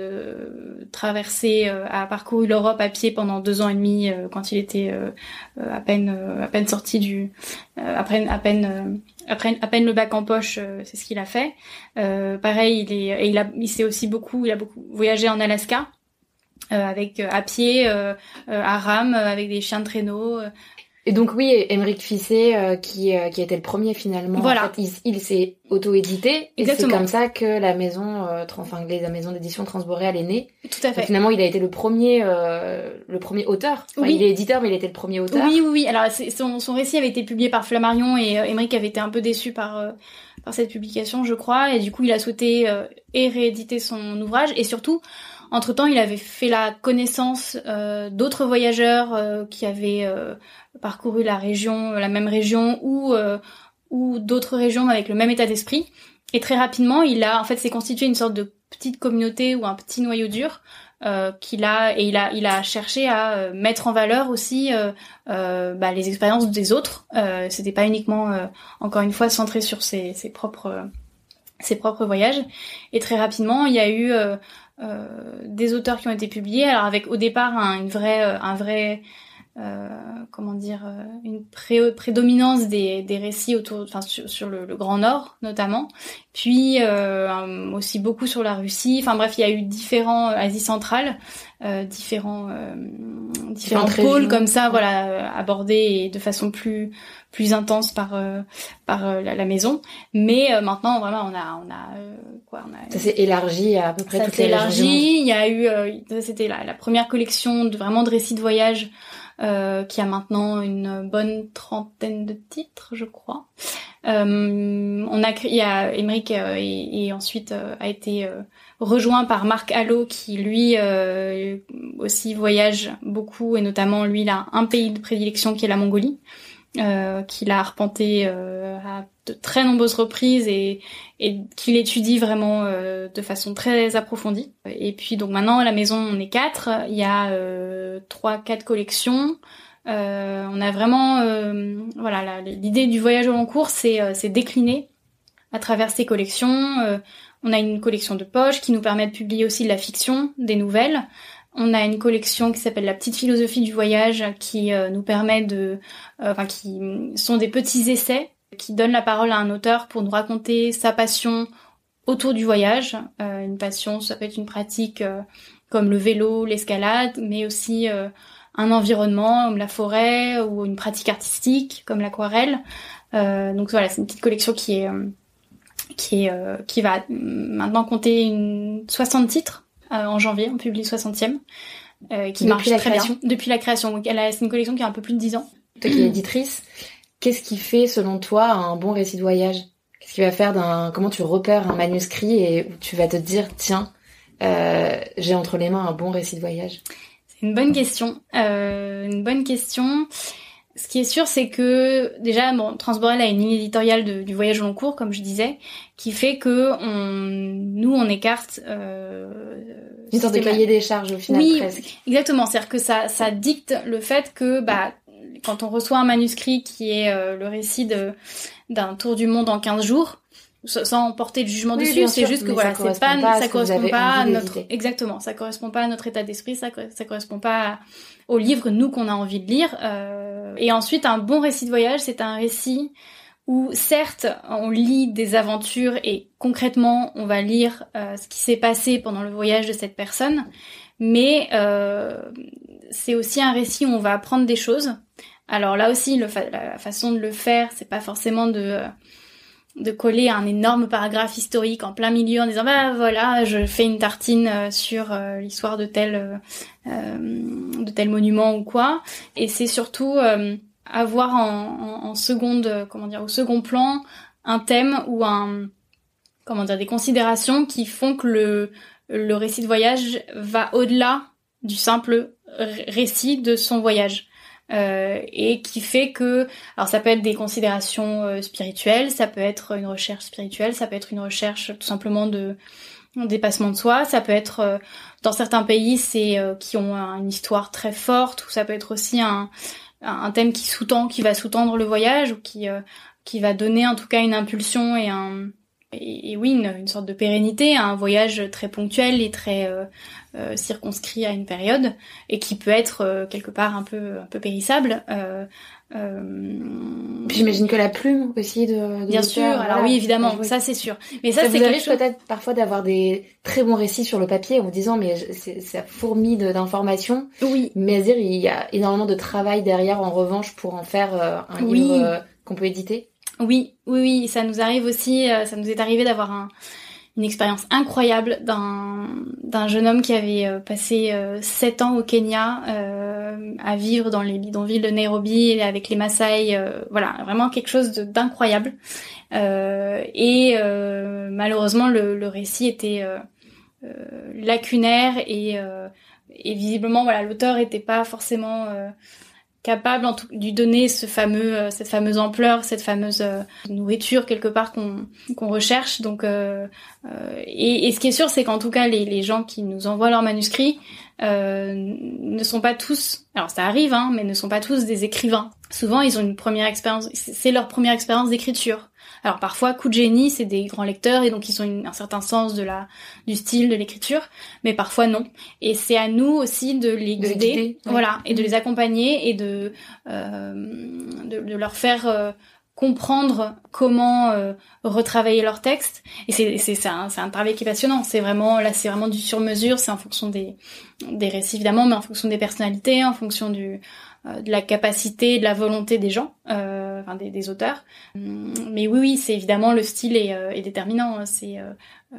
euh, traversé, euh, a parcouru l'Europe à pied pendant deux ans et demi euh, quand il était euh, à peine euh, à peine sorti du, euh, à peine à peine euh, Après, à peine le bac en poche, euh, c'est ce qu'il a fait. Euh, pareil, il est, et il a, il s'est aussi beaucoup, il a beaucoup voyagé en Alaska, euh, avec euh, à pied, euh, euh, à rame, euh, avec des chiens de traîneau. Euh. Et donc oui, Aymeric Ficet, euh, qui euh, qui a été le premier finalement. Voilà. En fait, il, il s'est auto-édité. Et Exactement. c'est comme ça que la maison, euh, enfin la maison d'édition Transboréal est née. Tout à fait. Donc, finalement, il a été le premier, euh, le premier auteur. Enfin, oui. Il est éditeur, mais il était le premier auteur. Oui, oui, oui. Alors c'est, son, son récit avait été publié par Flammarion et euh, Aymeric avait été un peu déçu par euh, par cette publication, je crois. Et du coup, il a souhaité euh, et rééditer son ouvrage. Et surtout, entre-temps, il avait fait la connaissance euh, d'autres voyageurs euh, qui avaient euh, parcouru la région, la même région ou euh, ou d'autres régions avec le même état d'esprit. Et très rapidement, il a en fait s'est constitué une sorte de petite communauté ou un petit noyau dur euh, qu'il a et il a il a cherché à euh, mettre en valeur aussi euh, euh, bah, les expériences des autres. Euh, c'était pas uniquement euh, encore une fois centré sur ses ses propres euh, ses propres voyages. Et très rapidement, il y a eu euh, euh, des auteurs qui ont été publiés. Alors avec au départ un, une vraie euh, un vrai Euh, comment dire, euh, une pré- prédominance des, des récits autour, enfin sur, sur le, le Grand Nord notamment, puis euh, aussi beaucoup sur la Russie. Enfin bref, il y a eu différents euh, Asie centrale, euh, différents euh, différents pôles comme ça, voilà, euh, abordés et de façon plus plus intense par euh, par euh, la, la maison. Mais euh, maintenant vraiment on a on a euh, quoi, on a ça s'est élargi à, à peu près ça toutes les élargi. régions. Il y a eu euh, c'était la, la première collection de vraiment de récits de voyage. Euh, qui a maintenant une bonne trentaine de titres, je crois. Euh, on a créé, il y a Aymeric euh, et, et ensuite euh, a été euh, rejoint par Marc Allot qui lui euh, aussi voyage beaucoup et notamment lui il a un pays de prédilection qui est la Mongolie, euh, qu'il a arpenté euh, à de très nombreuses reprises et, et qu'il étudie vraiment euh, de façon très approfondie. Et puis donc maintenant à la maison on est quatre, il y a euh, trois, quatre collections. Euh, on a vraiment euh, voilà la, l'idée du voyage au long cours, c'est euh, c'est décliné à travers ces collections. Euh, on a une collection de poche qui nous permet de publier aussi de la fiction, des nouvelles. On a une collection qui s'appelle La petite philosophie du voyage qui euh, nous permet de euh, enfin qui sont des petits essais qui donnent la parole à un auteur pour nous raconter sa passion autour du voyage. Euh, une passion, ça peut être une pratique euh, comme le vélo, l'escalade, mais aussi euh, un environnement comme la forêt ou une pratique artistique comme l'aquarelle. Euh, donc voilà, c'est une petite collection qui est euh, qui est euh, qui va maintenant compter une soixante titres. Euh, en janvier, on publie le soixantième, euh, qui depuis marche la très création. bien. Depuis la création. Donc, elle a, c'est une collection qui a un peu plus de dix ans. Toi qui es éditrice, qu'est-ce qui fait, selon toi, un bon récit de voyage ? Qu'est-ce qui va faire d'un... Comment tu repères un manuscrit et où tu vas te dire, tiens, euh, j'ai entre les mains un bon récit de voyage ? C'est une bonne question. Euh, une bonne question. Ce qui est sûr, c'est que déjà, bon, Transboréal a une ligne éditoriale de, du voyage au long cours, comme je disais, qui fait que on, nous, on écarte euh, une sorte de cahier des charges au final, oui, presque. Exactement. C'est-à-dire que ça, ça dicte le fait que, bah, quand on reçoit un manuscrit qui est euh, le récit de d'un tour du monde en quinze jours, sans porter de jugement oui, dessus, c'est sûr, juste que voilà, ça c'est pas, pas ça correspond pas à notre, d'éviter. exactement, ça correspond pas à notre état d'esprit, ça, ça correspond pas à, au livre nous qu'on a envie de lire. Euh, et ensuite, un bon récit de voyage, c'est un récit où certes on lit des aventures et concrètement on va lire euh, ce qui s'est passé pendant le voyage de cette personne, mais euh, c'est aussi un récit où on va apprendre des choses. Alors là aussi, le fa- la façon de le faire, c'est pas forcément de euh, de coller un énorme paragraphe historique en plein milieu en disant bah voilà, je fais une tartine euh, sur euh, l'histoire de tel euh, euh, de tel monument ou quoi. Et c'est surtout euh, avoir en, en, en seconde, euh, comment dire, au second plan, un thème ou un, comment dire, des considérations qui font que le le récit de voyage va au-delà du simple r- récit de son voyage. Euh, et qui fait que, alors ça peut être des considérations euh, spirituelles, ça peut être une recherche spirituelle, ça peut être une recherche tout simplement de, de dépassement de soi, ça peut être euh, dans certains pays c'est euh, qui ont une histoire très forte, ou ça peut être aussi un, un thème qui sous-tend, qui va sous-tendre le voyage, ou qui euh, qui va donner en tout cas une impulsion et un et, et oui une, une sorte de pérennité à un voyage très ponctuel et très euh, euh, circonscrit à une période, et qui peut être euh, quelque part un peu un peu périssable. Euh, euh... Puis j'imagine que la plume aussi de, de bien sûr. l'auteur, Alors voilà, oui, évidemment, ça, ça c'est sûr. Mais ça, ça c'est vous quelque arrive chose... peut-être parfois d'avoir des très bons récits sur le papier en vous disant mais c'est, ça fourmille de, d'informations. Oui. Mais à dire il y a énormément de travail derrière en revanche pour en faire euh, un oui. livre euh, qu'on peut éditer. Oui, oui, oui, ça nous arrive aussi. Euh, ça nous est arrivé d'avoir un une expérience incroyable d'un d'un jeune homme qui avait euh, passé euh, sept ans au Kenya euh, à vivre dans les bidonvilles de Nairobi avec les Maasai, euh, voilà, vraiment quelque chose de, d'incroyable. Euh, et euh, malheureusement le, le récit était euh, euh, lacunaire et, euh, et visiblement voilà l'auteur était pas forcément euh, capable en tout, de lui donner ce fameux, euh, cette fameuse ampleur, cette fameuse euh, nourriture quelque part qu'on, qu'on recherche. Donc, euh, euh, et, et ce qui est sûr, c'est qu'en tout cas, les, les gens qui nous envoient leurs manuscrits euh, ne sont pas tous, alors ça arrive, hein, mais ne sont pas tous des écrivains. Souvent, ils ont une première expérience, c'est leur première expérience d'écriture. Alors parfois, coup de génie, c'est des grands lecteurs et donc ils ont une, un certain sens de la du style de l'écriture, mais parfois non. Et c'est à nous aussi de les guider, de les guider voilà, ouais. et de les accompagner et de euh, de, de leur faire euh, comprendre comment euh, retravailler leur texte. Et c'est c'est c'est un, c'est un travail qui est passionnant. C'est vraiment là, c'est vraiment du sur-mesure. C'est en fonction des des récits évidemment, mais en fonction des personnalités, en fonction du de la capacité, de la volonté des gens, euh, enfin des, des auteurs. Mais oui, oui, c'est évidemment le style est, euh, est déterminant. C'est euh, euh,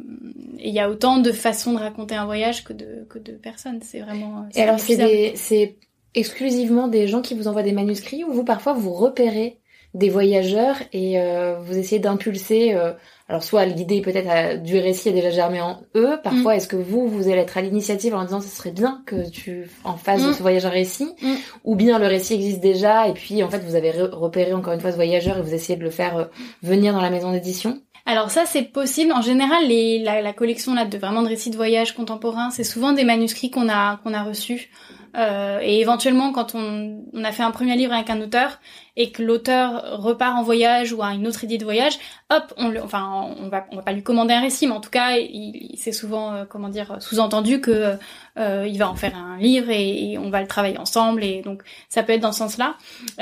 et il y a autant de façons de raconter un voyage que de que de personnes. C'est vraiment. C'est et alors c'est des, c'est exclusivement des gens qui vous envoient des manuscrits ou vous parfois vous repérez des voyageurs et euh, vous essayez d'impulser. Euh, alors soit l'idée peut-être à, du récit est déjà germé en eux. Parfois, mm. est-ce que vous vous allez être à l'initiative en disant ce serait bien que tu en fasses mm. de ce voyage un récit, mm. ou bien le récit existe déjà et puis en fait vous avez re- repéré encore une fois ce voyageur et vous essayez de le faire euh, venir dans la maison d'édition. Alors ça c'est possible. En général, les, la, la collection là de vraiment de récits de voyage contemporains, c'est souvent des manuscrits qu'on a qu'on a reçus. Euh, et éventuellement, quand on, on a fait un premier livre avec un auteur et que l'auteur repart en voyage ou a une autre idée de voyage, hop, on le, enfin, on va, on va pas lui commander un récit, mais en tout cas, il, il c'est souvent, euh, comment dire, sous-entendu que euh, il va en faire un livre et, et on va le travailler ensemble. Et donc, ça peut être dans ce sens-là.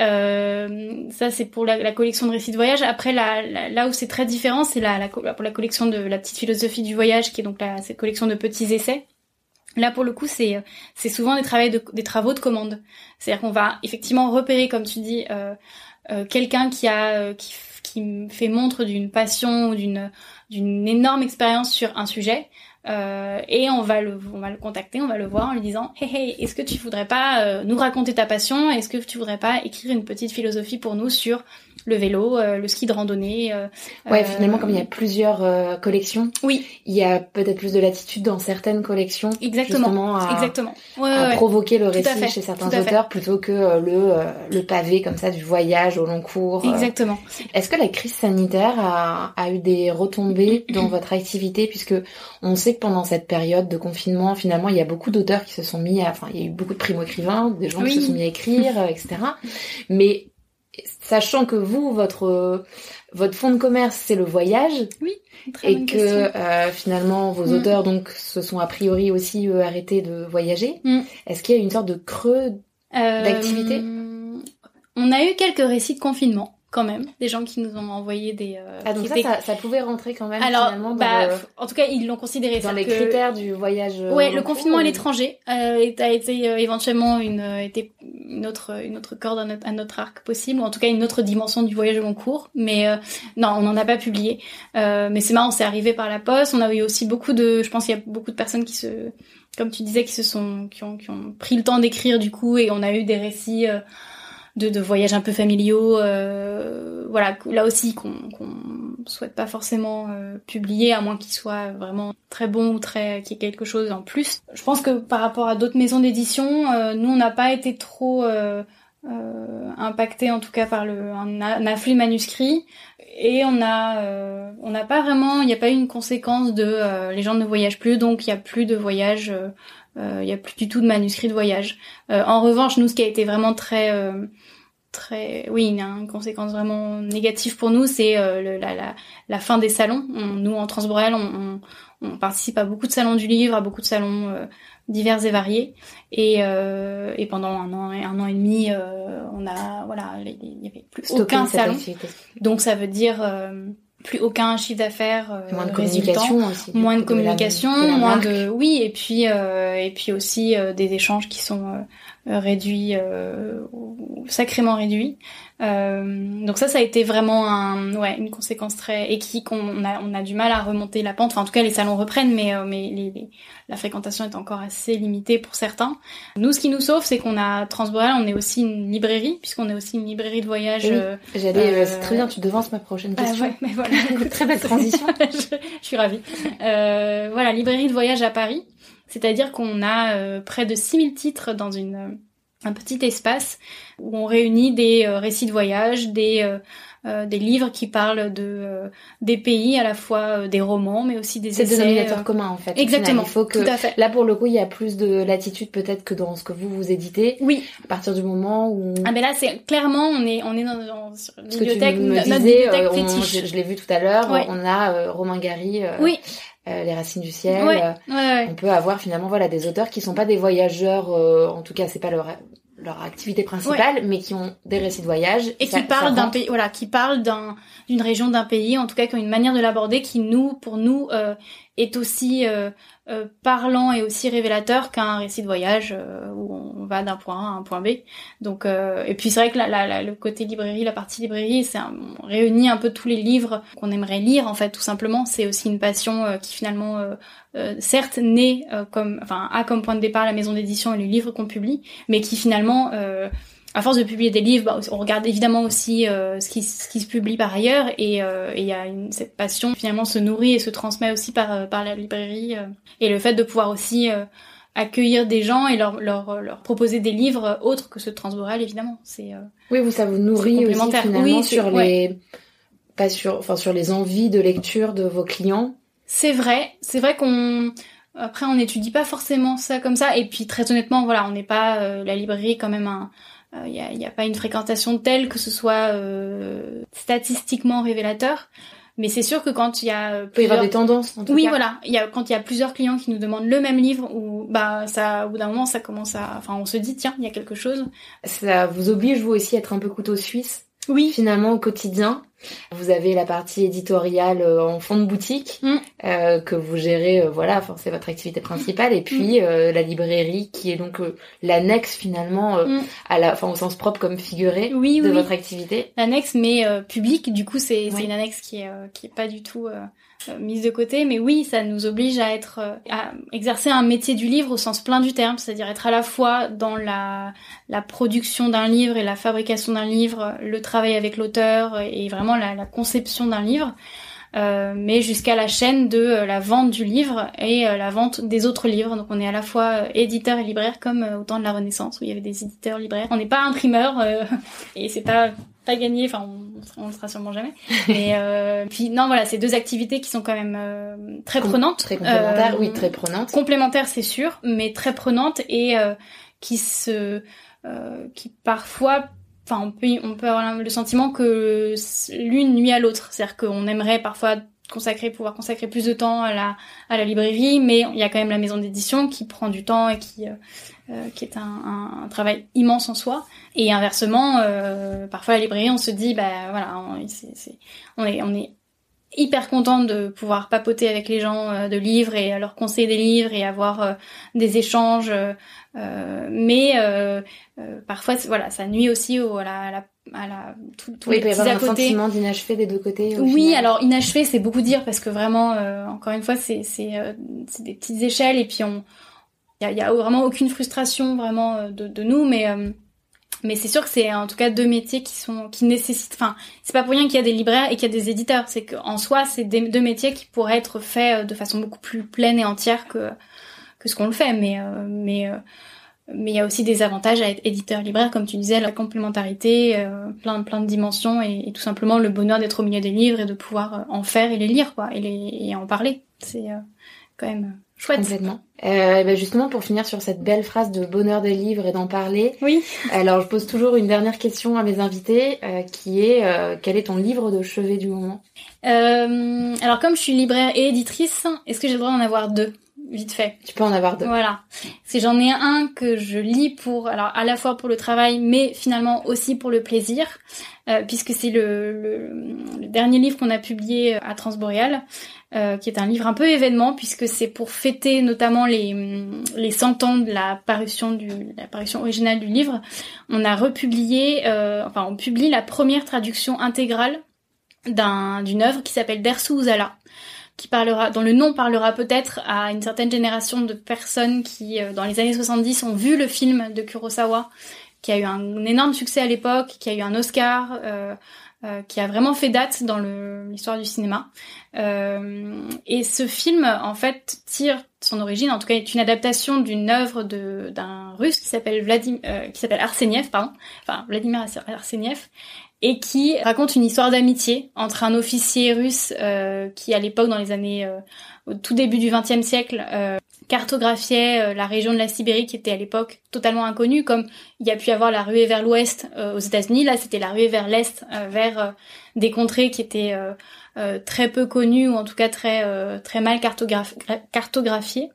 Euh, ça, c'est pour la, la collection de récits de voyage. Après, la, la, là où c'est très différent, c'est la, la, pour la collection de la petite philosophie du voyage, qui est donc la, cette collection de petits essais. Là, pour le coup, c'est c'est souvent des travaux de des travaux de commande. C'est-à-dire qu'on va effectivement repérer, comme tu dis, euh, euh, quelqu'un qui a euh, qui qui fait montre d'une passion ou d'une d'une énorme expérience sur un sujet, euh, et on va le on va le contacter, on va le voir en lui disant hey hey, est-ce que tu voudrais pas euh, nous raconter ta passion, est-ce que tu voudrais pas écrire une petite philosophie pour nous sur le vélo, euh, le ski de randonnée. Euh, ouais, euh, finalement, comme il y a plusieurs euh, collections, oui, il y a peut-être plus de latitude dans certaines collections, exactement, justement à, exactement, ouais, à ouais, provoquer le récit fait, chez certains auteurs plutôt que euh, le euh, le pavé comme ça du voyage au long cours. Exactement. Euh. Est-ce que la crise sanitaire a, a eu des retombées dans votre activité, puisque on sait que pendant cette période de confinement, finalement, il y a beaucoup d'auteurs qui se sont mis à, enfin, il y a eu beaucoup de primo-écrivains, des gens oui. qui se sont mis à écrire, et cetera. Mais sachant que vous, votre votre fonds de commerce, c'est le voyage, oui, et que euh, finalement vos mmh. auteurs donc se sont a priori aussi eux, arrêtés de voyager. Mmh. Est-ce qu'il y a une sorte de creux euh, d'activité ? On a eu quelques récits de confinement. Quand même, des gens qui nous ont envoyé des... Euh, ah donc ça, étaient... ça, ça pouvait rentrer quand même. Alors, finalement dans bah, le... en tout cas, ils l'ont considéré. Dans les que... critères du voyage. Ouais, le confinement ou... à l'étranger euh, a été euh, éventuellement une, euh, été une autre, une autre corde à notre, à notre arc possible, ou en tout cas une autre dimension du voyage au long cours. Mais euh, non, on n'en a pas publié. Euh, mais c'est marrant, c'est arrivé par la poste. On a eu aussi beaucoup de... Je pense qu'il y a beaucoup de personnes qui se... Comme tu disais, qui se sont... qui ont, qui ont pris le temps d'écrire du coup, et on a eu des récits... Euh, de, de voyages un peu familiaux, euh, voilà, là aussi qu'on, qu'on souhaite pas forcément euh, publier, à moins qu'il soit vraiment très bon ou très qu'il y ait quelque chose en plus. Je pense que par rapport à d'autres maisons d'édition, euh, nous on n'a pas été trop euh, euh, impacté en tout cas par le un, un afflux de manuscrits. Et on a, euh, on n'a pas vraiment, il n'y a pas eu une conséquence de, euh, les gens ne voyagent plus, donc il y a plus de voyages, euh, euh, il y a plus du tout de manuscrits de voyage. Euh, en revanche, nous, ce qui a été vraiment très, euh, très, oui, une, une conséquence vraiment négative pour nous, c'est euh, le, la, la, la fin des salons. On, nous, en Transboréal, on, on, on participe à beaucoup de salons du livre, à beaucoup de salons euh, divers et variés. Et, euh, et pendant un an, un an et demi, euh, on a, voilà, il y avait plus Stocker aucun salon. Activité. Donc ça veut dire euh, plus aucun chiffre d'affaires euh, moins de résultant, communication aussi, moins de de communication, la, de la moins marque. de oui et puis euh, et puis aussi euh, des échanges qui sont euh, réduits, euh, sacrément réduits. Euh, donc ça, ça a été vraiment un, ouais, une conséquence très et qui qu'on a on a du mal à remonter la pente. Enfin en tout cas les salons reprennent, mais euh, mais les, les, la fréquentation est encore assez limitée pour certains. Nous, ce qui nous sauve, c'est qu'on a Transboréal, on est aussi une librairie puisqu'on est aussi une librairie de voyage. Oui, euh, j'allais, euh, c'est très bien, tu devances ma prochaine question. Ah ouais, mais voilà. Très belle transition. je, je suis ravie. Euh, voilà, librairie de voyage à Paris. C'est-à-dire qu'on a euh, près de six mille titres dans une un petit espace où on réunit des euh, récits de voyage, des euh, euh, des livres qui parlent de euh, des pays, à la fois euh, des romans, mais aussi des c'est essais. C'est le dénominateur euh... commun en fait. Exactement. Il faut que tout à fait. Là pour le coup, il y a plus de latitude peut-être que dans ce que vous vous éditez. Oui. À partir du moment où. Ah mais là c'est clairement on est on est dans, dans sur Parce bibliothèque, que tu me notre disais, bibliothèque euh, on, fétiche. je, je l'ai vu tout à l'heure. Ouais. On a euh, Romain Gary. Euh, oui. Euh, les racines du ciel. Ouais, euh, ouais, ouais. On peut avoir finalement voilà des auteurs qui sont pas des voyageurs, euh, en tout cas c'est pas leur leur activité principale, ouais. mais qui ont des récits de voyage et ça, qui parlent d'un pays, voilà, qui parlent d'un d'une région, d'un pays, en tout cas qui ont une manière de l'aborder qui nous, pour nous, euh, est aussi euh, euh, parlant et aussi révélateur qu'un récit de voyage euh, où on va d'un point A à un point B. Donc euh, et puis c'est vrai que la, la, la, le côté librairie, la partie librairie, c'est un, on réunit un peu tous les livres qu'on aimerait lire en fait, tout simplement. C'est aussi une passion euh, qui finalement euh, euh, certes naît euh, comme, enfin a comme point de départ la maison d'édition et les livres qu'on publie, mais qui finalement euh, à force de publier des livres, bah, on regarde évidemment aussi euh, ce, qui, ce qui se publie par ailleurs, et il euh, y a une, cette passion finalement se nourrit et se transmet aussi par euh, par la librairie, euh, et le fait de pouvoir aussi euh, accueillir des gens et leur leur leur proposer des livres autres que ceux de Transboréal, évidemment. C'est euh, oui, vous ça vous nourrit aussi finalement oui, sur les ouais. pas sur enfin sur les envies de lecture de vos clients. C'est vrai, c'est vrai qu'on après on n'étudie pas forcément ça comme ça, et puis très honnêtement voilà, on n'est pas euh, la librairie est quand même un il euh, y, a, y a pas une fréquentation telle que ce soit euh, statistiquement révélateur, mais c'est sûr que quand il y a plusieurs... Il peut y avoir des tendances en tout oui, cas. voilà, il y a quand il y a plusieurs clients qui nous demandent le même livre, ou bah ça au bout d'un moment ça commence à enfin on se dit tiens, il y a quelque chose. Ça vous oblige vous aussi à être un peu couteau suisse. Oui. Finalement au quotidien. Vous avez la partie éditoriale en fond de boutique mm. euh, que vous gérez, euh, voilà, enfin c'est votre activité principale, et puis mm. euh, la librairie qui est donc euh, l'annexe finalement, euh, mm. à la, enfin au sens propre comme figuré oui, de oui, votre oui. activité. L'annexe mais euh, publique, du coup c'est, oui. c'est une annexe qui est euh, qui est pas du tout euh, euh, mise de côté, mais oui ça nous oblige à être euh, à exercer un métier du livre au sens plein du terme, c'est-à-dire être à la fois dans la la production d'un livre et la fabrication d'un livre, le travail avec l'auteur et vraiment la, la conception d'un livre, euh, mais jusqu'à la chaîne de euh, la vente du livre et euh, la vente des autres livres. Donc on est à la fois euh, éditeur et libraire, comme euh, au temps de la Renaissance où il y avait des éditeurs libraires. On n'est pas imprimeur euh, et c'est pas pas gagné, enfin on, on le sera sûrement jamais. Mais euh, puis non voilà, c'est deux activités qui sont quand même euh, très Com- prenantes, très complémentaires, euh, oui très prenantes, complémentaires c'est sûr, mais très prenantes et euh, qui se euh, qui parfois Enfin, on peut, on peut avoir le sentiment que l'une nuit à l'autre. C'est-à-dire qu'on aimerait parfois consacrer, pouvoir consacrer plus de temps à la, à la librairie, mais il y a quand même la maison d'édition qui prend du temps et qui, euh, qui est un, un, un travail immense en soi. Et inversement, euh, parfois à la librairie, on se dit, bah voilà, on, c'est, c'est, on est, on est hyper content de pouvoir papoter avec les gens euh, de livres et leur conseiller des livres et avoir euh, des échanges, euh, euh, mais euh, euh, parfois voilà, ça nuit aussi au, à la, à la, à la tout, tout oui, les petits à côté. Il peut y avoir un sentiment d'inachevé des deux côtés. Oui, final. Alors inachevé c'est beaucoup dire parce que vraiment euh, encore une fois c'est c'est euh, c'est des petites échelles et puis on il y a, y a vraiment aucune frustration vraiment de, de nous, mais euh, Mais c'est sûr que c'est en tout cas deux métiers qui sont qui nécessitent. Enfin, c'est pas pour rien qu'il y a des libraires et qu'il y a des éditeurs. C'est qu'en soi, c'est des, deux métiers qui pourraient être faits de façon beaucoup plus pleine et entière que que ce qu'on le fait. Mais euh, mais euh, mais il y a aussi des avantages à être éditeur libraire, comme tu disais, la complémentarité, euh, plein plein de dimensions et, et tout simplement le bonheur d'être au milieu des livres et de pouvoir en faire et les lire, quoi, et les et en parler. C'est euh, quand même chouette. Complètement. Euh, ben justement, pour finir sur cette belle phrase de bonheur des livres et d'en parler. Oui. Alors, je pose toujours une dernière question à mes invités, euh, qui est euh, quel est ton livre de chevet du moment? euh, Alors, comme je suis libraire et éditrice, est-ce que j'ai le droit d'en avoir deux? Vite fait. Tu peux en avoir deux. Voilà. C'est j'en ai un que je lis pour, alors à la fois pour le travail, mais finalement aussi pour le plaisir, euh, puisque c'est le, le, le dernier livre qu'on a publié à Transboréal, euh, qui est un livre un peu événement, puisque c'est pour fêter notamment les les cent ans de la parution du la parution originale du livre. On a republié, euh, enfin on publie la première traduction intégrale d'un d'une œuvre qui s'appelle Dersu Uzala, qui parlera, dont le nom parlera peut-être à une certaine génération de personnes qui, euh, dans les années soixante-dix, ont vu le film de Kurosawa, qui a eu un, un énorme succès à l'époque, qui a eu un Oscar, euh, euh, qui a vraiment fait date dans le, l'histoire du cinéma. Euh, et ce film, en fait, tire son origine, en tout cas, est une adaptation d'une œuvre de d'un Russe qui s'appelle Vladim, euh, qui s'appelle Arseniev, pardon, enfin Vladimir Arseniev, et qui raconte une histoire d'amitié entre un officier russe euh, qui, à l'époque, dans les années, euh, au tout début du vingtième siècle, euh, cartographiait euh, la région de la Sibérie qui était à l'époque totalement inconnue, comme il y a pu avoir la ruée vers l'ouest euh, aux États-Unis. Là, c'était la ruée vers l'est, euh, vers euh, des contrées qui étaient euh, euh, très peu connues ou en tout cas très euh, très mal cartograph- cartographiées.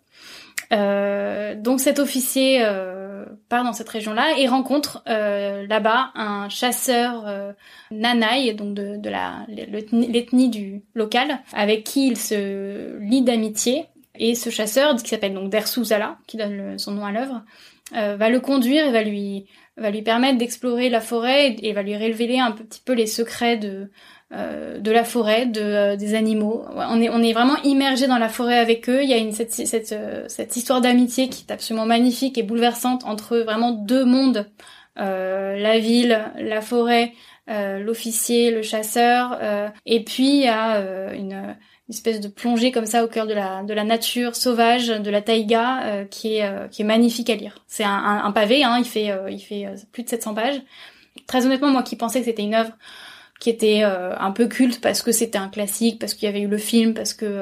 Euh, donc cet officier euh, part dans cette région-là et rencontre euh, là-bas un chasseur euh, Nanaï, donc de, de la l'ethnie du local, avec qui il se lie d'amitié. Et ce chasseur, qui s'appelle donc Dersu Uzala, qui donne le, son nom à l'œuvre, euh, va le conduire et va lui va lui permettre d'explorer la forêt et, et va lui révéler un petit peu les secrets de Euh, de la forêt, de euh, des animaux. On est on est vraiment immergé dans la forêt avec eux. Il y a une cette cette euh, cette histoire d'amitié qui est absolument magnifique et bouleversante entre vraiment deux mondes, euh, la ville, la forêt, euh, l'officier, le chasseur, euh, et puis il y a euh, une une espèce de plongée comme ça au cœur de la de la nature sauvage, de la taïga, euh, qui est euh, qui est magnifique à lire. C'est un, un, un pavé, hein. Il fait euh, il fait euh, plus de sept cents pages. Très honnêtement, moi qui pensais que c'était une œuvre qui était euh, un peu culte parce que c'était un classique, parce qu'il y avait eu le film, parce que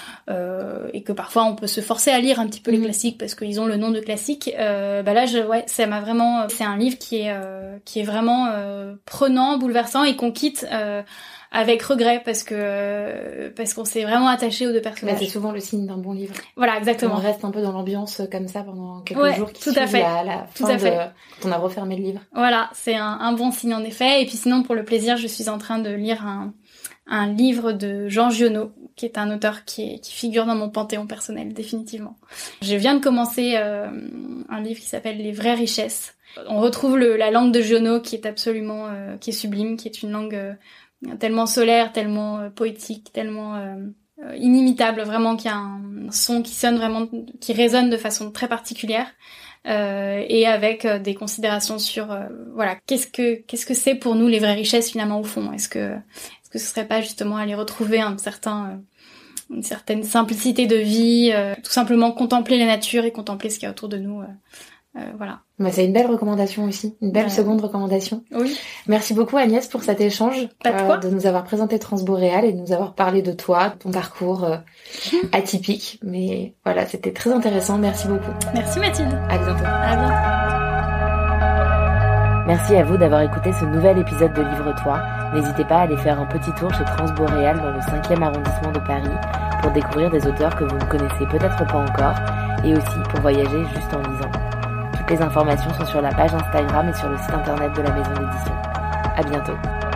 euh, et que parfois on peut se forcer à lire un petit peu mmh. les classiques parce qu'ils ont le nom de classique. Euh, bah là, je, ouais, ça m'a vraiment. C'est un livre qui est euh, qui est vraiment euh, prenant, bouleversant et qu'on quitte euh, avec regret parce que euh, parce qu'on s'est vraiment attaché aux deux personnages. Bah, c'est souvent le signe d'un bon livre. Voilà, exactement. On reste un peu dans l'ambiance comme ça pendant quelques ouais, jours qui tout à suivent fait. la, la fin tout à de fait. quand on a refermé le livre. Voilà, c'est un, un bon signe en effet. Et puis sinon, pour le plaisir, je suis en train de lire un un livre de Jean Giono, qui est un auteur qui, est, qui figure dans mon panthéon personnel, définitivement. Je viens de commencer euh, un livre qui s'appelle Les vraies richesses. On retrouve le, la langue de Giono qui est absolument, euh, qui est sublime, qui est une langue euh, tellement solaire, tellement euh, poétique, tellement euh, euh, inimitable, vraiment, qui a un son qui sonne vraiment, qui résonne de façon très particulière. Euh, et avec euh, des considérations sur euh, voilà qu'est-ce que qu'est-ce que c'est pour nous les vraies richesses finalement au fond. Est-ce que est-ce que ce serait pas justement aller retrouver un certain euh, une certaine simplicité de vie, euh, tout simplement contempler la nature et contempler ce qu'il y a autour de nous. Euh, euh, voilà. Bah, c'est une belle recommandation aussi, une belle euh... seconde recommandation. Oui. Merci beaucoup Agnès pour cet échange, Pas de, quoi. Euh, de nous avoir présenté Transboréal et de nous avoir parlé de toi, de ton parcours euh, atypique. Mais voilà, c'était très intéressant. Merci beaucoup. Merci Mathilde. À bientôt. À bientôt. Merci à vous d'avoir écouté ce nouvel épisode de Livre-toi. N'hésitez pas à aller faire un petit tour chez Transboréal dans le cinquième arrondissement de Paris pour découvrir des auteurs que vous ne connaissez peut-être pas encore et aussi pour voyager juste en lisant. Toutes les informations sont sur la page Instagram et sur le site internet de la maison d'édition. À bientôt.